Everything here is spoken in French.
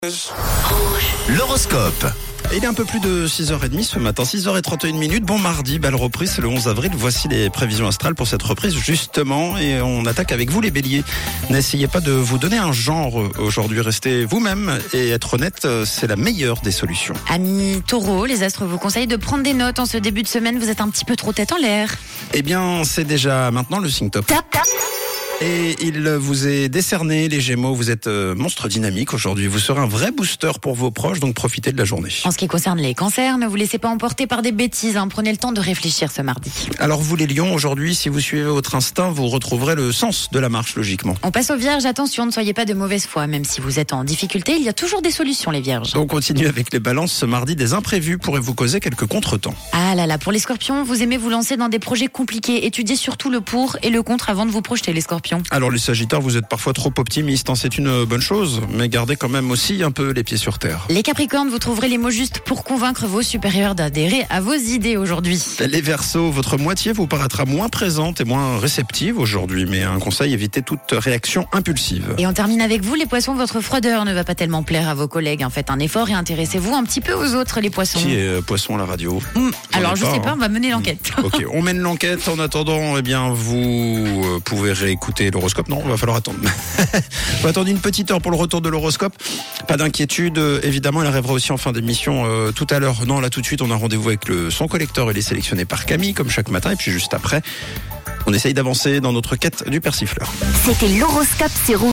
L'horoscope. Il est un peu plus de 6h30 ce matin, 6h31. Bon mardi, belle reprise, c'est le 11 avril. Voici les prévisions astrales pour cette reprise justement. Et on attaque avec vous les béliers. N'essayez pas de vous donner un genre aujourd'hui. Restez vous-même et être honnête, c'est la meilleure des solutions. Amis taureaux, les astres vous conseillent de prendre des notes en ce début de semaine. Vous êtes un petit peu trop tête en l'air. Eh bien, c'est déjà maintenant le signe top. Et il vous est décerné, les Gémeaux, vous êtes monstre dynamique aujourd'hui. Vous serez un vrai booster pour vos proches, donc profitez de la journée. En ce qui concerne les cancers, ne vous laissez pas emporter par des bêtises. Prenez le temps de réfléchir ce mardi. Alors vous les lions, aujourd'hui, si vous suivez votre instinct, vous retrouverez le sens de la marche logiquement. On passe aux vierges, attention, ne soyez pas de mauvaise foi. Même si vous êtes en difficulté, il y a toujours des solutions les vierges. On continue avec les balances. Ce mardi, des imprévus pourraient vous causer quelques contretemps. Ah là là, pour les scorpions, vous aimez vous lancer dans des projets compliqués. Étudiez surtout le pour et le contre avant de vous projeter les scorpions. Alors les sagittaires, vous êtes parfois trop optimiste, c'est une bonne chose, mais gardez quand même aussi un peu les pieds sur terre. Les capricornes, vous trouverez les mots justes pour convaincre vos supérieurs d'adhérer à vos idées aujourd'hui. Les verseaux, votre moitié vous paraîtra moins présente et moins réceptive aujourd'hui, mais un conseil, évitez toute réaction impulsive. Et on termine avec vous, les poissons, votre froideur ne va pas tellement plaire à vos collègues. Faites un effort et intéressez-vous un petit peu aux autres, les poissons. Qui est poisson à la radio Alors je sais pas, on va mener l'enquête. Ok, on mène l'enquête. En attendant, eh bien, vous pouvez réécouter l'horoscope. Non, va falloir attendre. On va attendre une petite heure pour le retour de l'horoscope. Pas d'inquiétude, évidemment, elle arrivera aussi en fin d'émission tout à l'heure. Non, là tout de suite, on a rendez-vous avec le son collecteur. Il est sélectionné par Camille, comme chaque matin. Et puis juste après, on essaye d'avancer dans notre quête du persifleur. C'était l'horoscope, c'est Rouge.